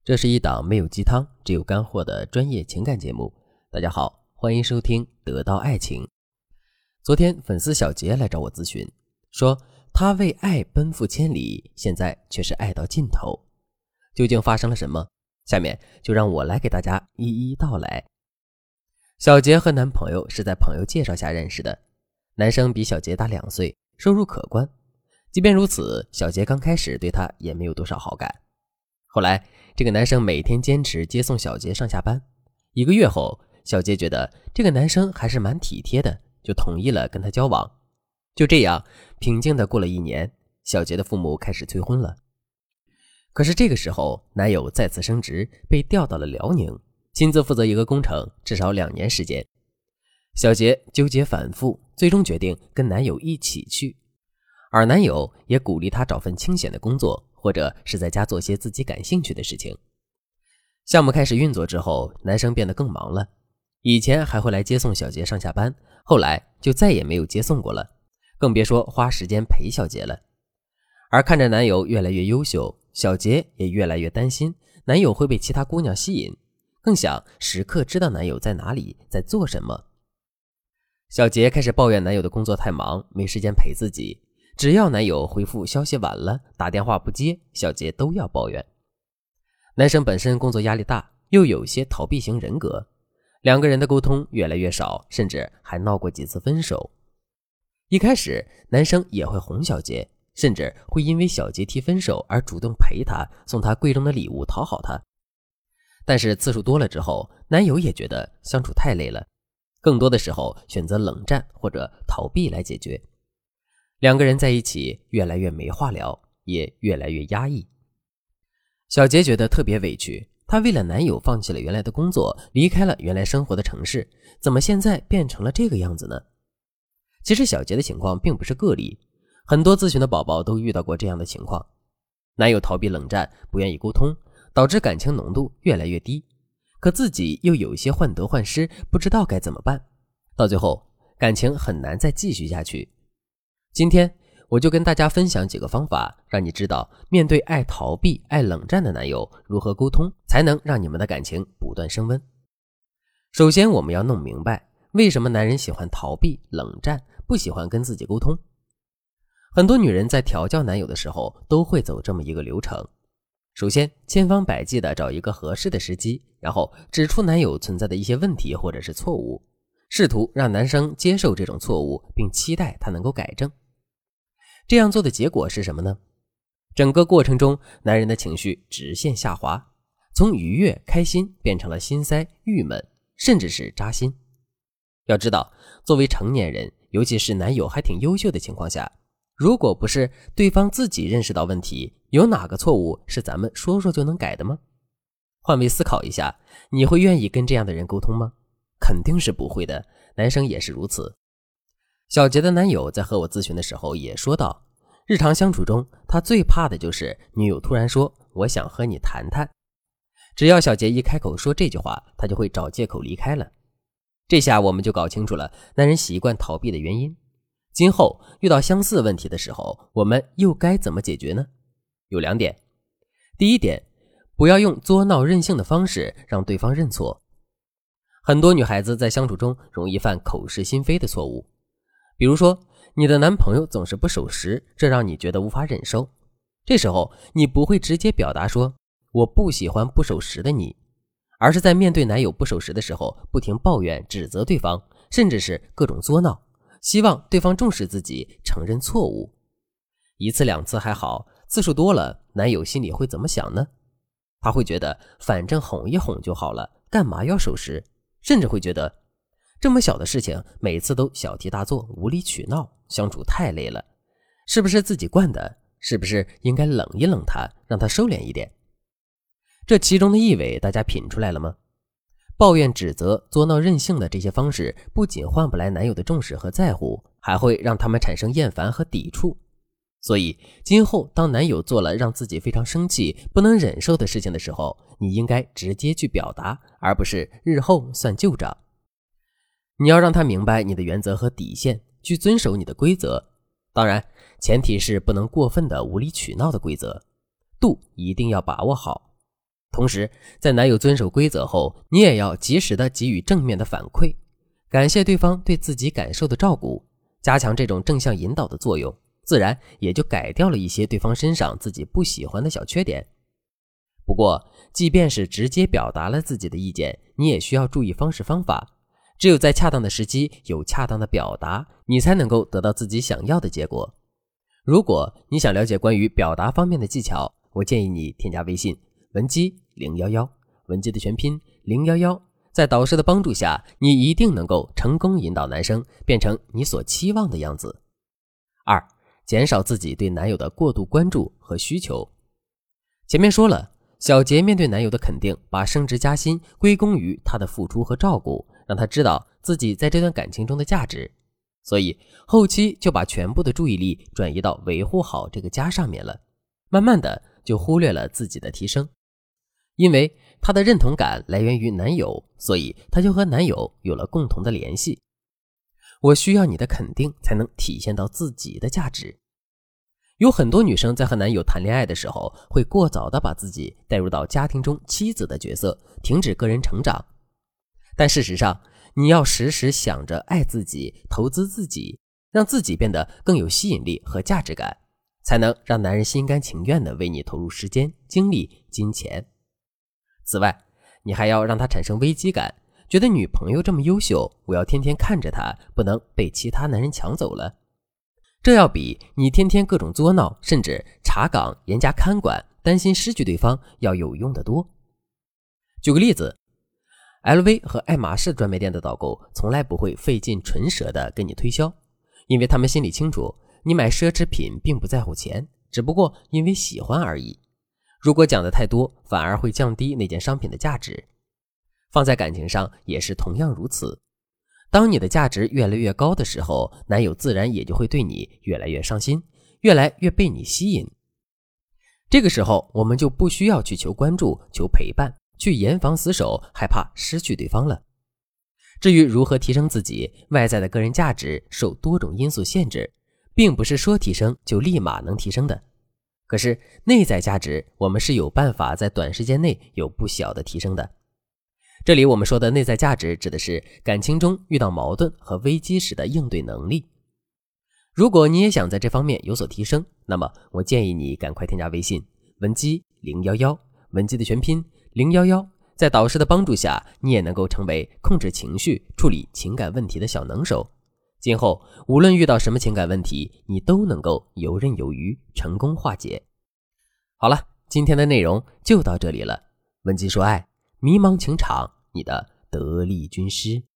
这是一档没有鸡汤只有干货的专业情感节目。大家好，欢迎收听得到爱情。昨天粉丝小杰来找我咨询，说他为爱奔赴千里，现在却是爱到尽头。究竟发生了什么？下面就让我来给大家一一道来。小杰和男朋友是在朋友介绍下认识的，男生比小杰大2岁，收入可观。即便如此，小杰刚开始对他也没有多少好感。后来这个男生每天坚持接送小杰上下班，1个月后，小杰觉得这个男生还是蛮体贴的，就同意了跟他交往。就这样平静地过了1年，小杰的父母开始催婚了。可是这个时候，男友再次升职，被调到了辽宁，亲自负责一个工程，至少2年时间。小杰纠结反复，最终决定跟男友一起去，而男友也鼓励他找份清闲的工作，或者是在家做些自己感兴趣的事情。项目开始运作之后，男生变得更忙了，以前还会来接送小杰上下班，后来就再也没有接送过了，更别说花时间陪小杰了。而看着男友越来越优秀，小杰也越来越担心男友会被其他姑娘吸引，更想时刻知道男友在哪里，在做什么。小杰开始抱怨男友的工作太忙，没时间陪自己，只要男友回复消息晚了，打电话不接，小杰都要抱怨。男生本身工作压力大，又有些逃避型人格，2个人的沟通越来越少，甚至还闹过几次分手。一开始男生也会哄小杰，甚至会因为小杰提分手而主动陪他，送他贵重的礼物讨好他。但是次数多了之后，男友也觉得相处太累了，更多的时候选择冷战或者逃避来解决。2个人在一起越来越没话聊，也越来越压抑。小杰觉得特别委屈，她为了男友放弃了原来的工作，离开了原来生活的城市，怎么现在变成了这个样子呢？其实小杰的情况并不是个例，很多咨询的宝宝都遇到过这样的情况。男友逃避冷战，不愿意沟通，导致感情浓度越来越低，可自己又有些患得患失，不知道该怎么办，到最后感情很难再继续下去。今天我就跟大家分享几个方法，让你知道面对爱逃避、爱冷战的男友如何沟通，才能让你们的感情不断升温。首先我们要弄明白，为什么男人喜欢逃避、冷战，不喜欢跟自己沟通。很多女人在调教男友的时候都会走这么一个流程。首先千方百计地找一个合适的时机，然后指出男友存在的一些问题或者是错误，试图让男生接受这种错误，并期待他能够改正。这样做的结果是什么呢？整个过程中，男人的情绪直线下滑，从愉悦、开心变成了心塞、郁闷，甚至是扎心。要知道，作为成年人，尤其是男友还挺优秀的情况下，如果不是对方自己认识到问题，有哪个错误是咱们说说就能改的吗？换位思考一下，你会愿意跟这样的人沟通吗？肯定是不会的，男生也是如此。小杰的男友在和我咨询的时候也说到，日常相处中他最怕的就是女友突然说我想和你谈谈，只要小杰一开口说这句话，他就会找借口离开了。这下我们就搞清楚了男人习惯逃避的原因。今后遇到相似问题的时候，我们又该怎么解决呢？有2点。第一点，不要用作闹任性的方式让对方认错。很多女孩子在相处中容易犯口是心非的错误，比如说你的男朋友总是不守时，这让你觉得无法忍受。这时候你不会直接表达说我不喜欢不守时的你，而是在面对男友不守时的时候不停抱怨指责对方，甚至是各种作闹，希望对方重视自己，承认错误。1次2次还好，次数多了，男友心里会怎么想呢？他会觉得反正哄一哄就好了，干嘛要守时？甚至会觉得这么小的事情每次都小题大做，无理取闹，相处太累了，是不是自己惯的？是不是应该冷一冷他，让他收敛一点？这其中的意味大家品出来了吗？抱怨、指责、作闹、任性的这些方式，不仅换不来男友的重视和在乎，还会让他们产生厌烦和抵触。所以今后当男友做了让自己非常生气、不能忍受的事情的时候，你应该直接去表达，而不是日后算旧账。你要让他明白你的原则和底线，去遵守你的规则。当然，前提是不能过分的无理取闹的规则，度一定要把握好。 同时，在男友遵守规则后，你也要及时的给予正面的反馈，感谢对方对自己感受的照顾，加强这种正向引导的作用，自然也就改掉了一些对方身上自己不喜欢的小缺点。不过，即便是直接表达了自己的意见，你也需要注意方式方法。只有在恰当的时机有恰当的表达，你才能够得到自己想要的结果。如果你想了解关于表达方面的技巧，我建议你添加微信文姬011，文姬的全拼011，在导师的帮助下，你一定能够成功引导男生变成你所期望的样子。2、减少自己对男友的过度关注和需求。前面说了，小杰面对男友的肯定，把升职加薪归功于他的付出和照顾，让他知道自己在这段感情中的价值，所以后期就把全部的注意力转移到维护好这个家上面了，慢慢的就忽略了自己的提升。因为她的认同感来源于男友，所以她就和男友有了共同的联系。我需要你的肯定，才能体现到自己的价值。有很多女生在和男友谈恋爱的时候，会过早的把自己带入到家庭中妻子的角色，停止个人成长。但事实上，你要时时想着爱自己，投资自己，让自己变得更有吸引力和价值感，才能让男人心甘情愿地为你投入时间、精力、金钱。此外，你还要让他产生危机感，觉得女朋友这么优秀，我要天天看着她，不能被其他男人抢走了。这要比你天天各种作闹，甚至查岗、严加看管，担心失去对方要有用得多。举个例子， LV 和爱马仕专卖店的导购从来不会费尽唇舌地跟你推销，因为他们心里清楚，你买奢侈品并不在乎钱，只不过因为喜欢而已。如果讲得太多，反而会降低那件商品的价值。放在感情上也是同样如此。当你的价值越来越高的时候，男友自然也就会对你越来越上心，越来越被你吸引。这个时候，我们就不需要去求关注、求陪伴，去严防死守，害怕失去对方了。至于如何提升自己，外在的个人价值受多种因素限制，并不是说提升就立马能提升的。可是内在价值，我们是有办法在短时间内有不小的提升的。这里我们说的内在价值，指的是感情中遇到矛盾和危机时的应对能力。如果你也想在这方面有所提升，那么我建议你赶快添加微信文姬011，文姬的全拼011，在导师的帮助下，你也能够成为控制情绪、处理情感问题的小能手。今后无论遇到什么情感问题，你都能够游刃有余，成功化解。好了，今天的内容就到这里了。文姬说爱，迷茫情场，你的得力军师。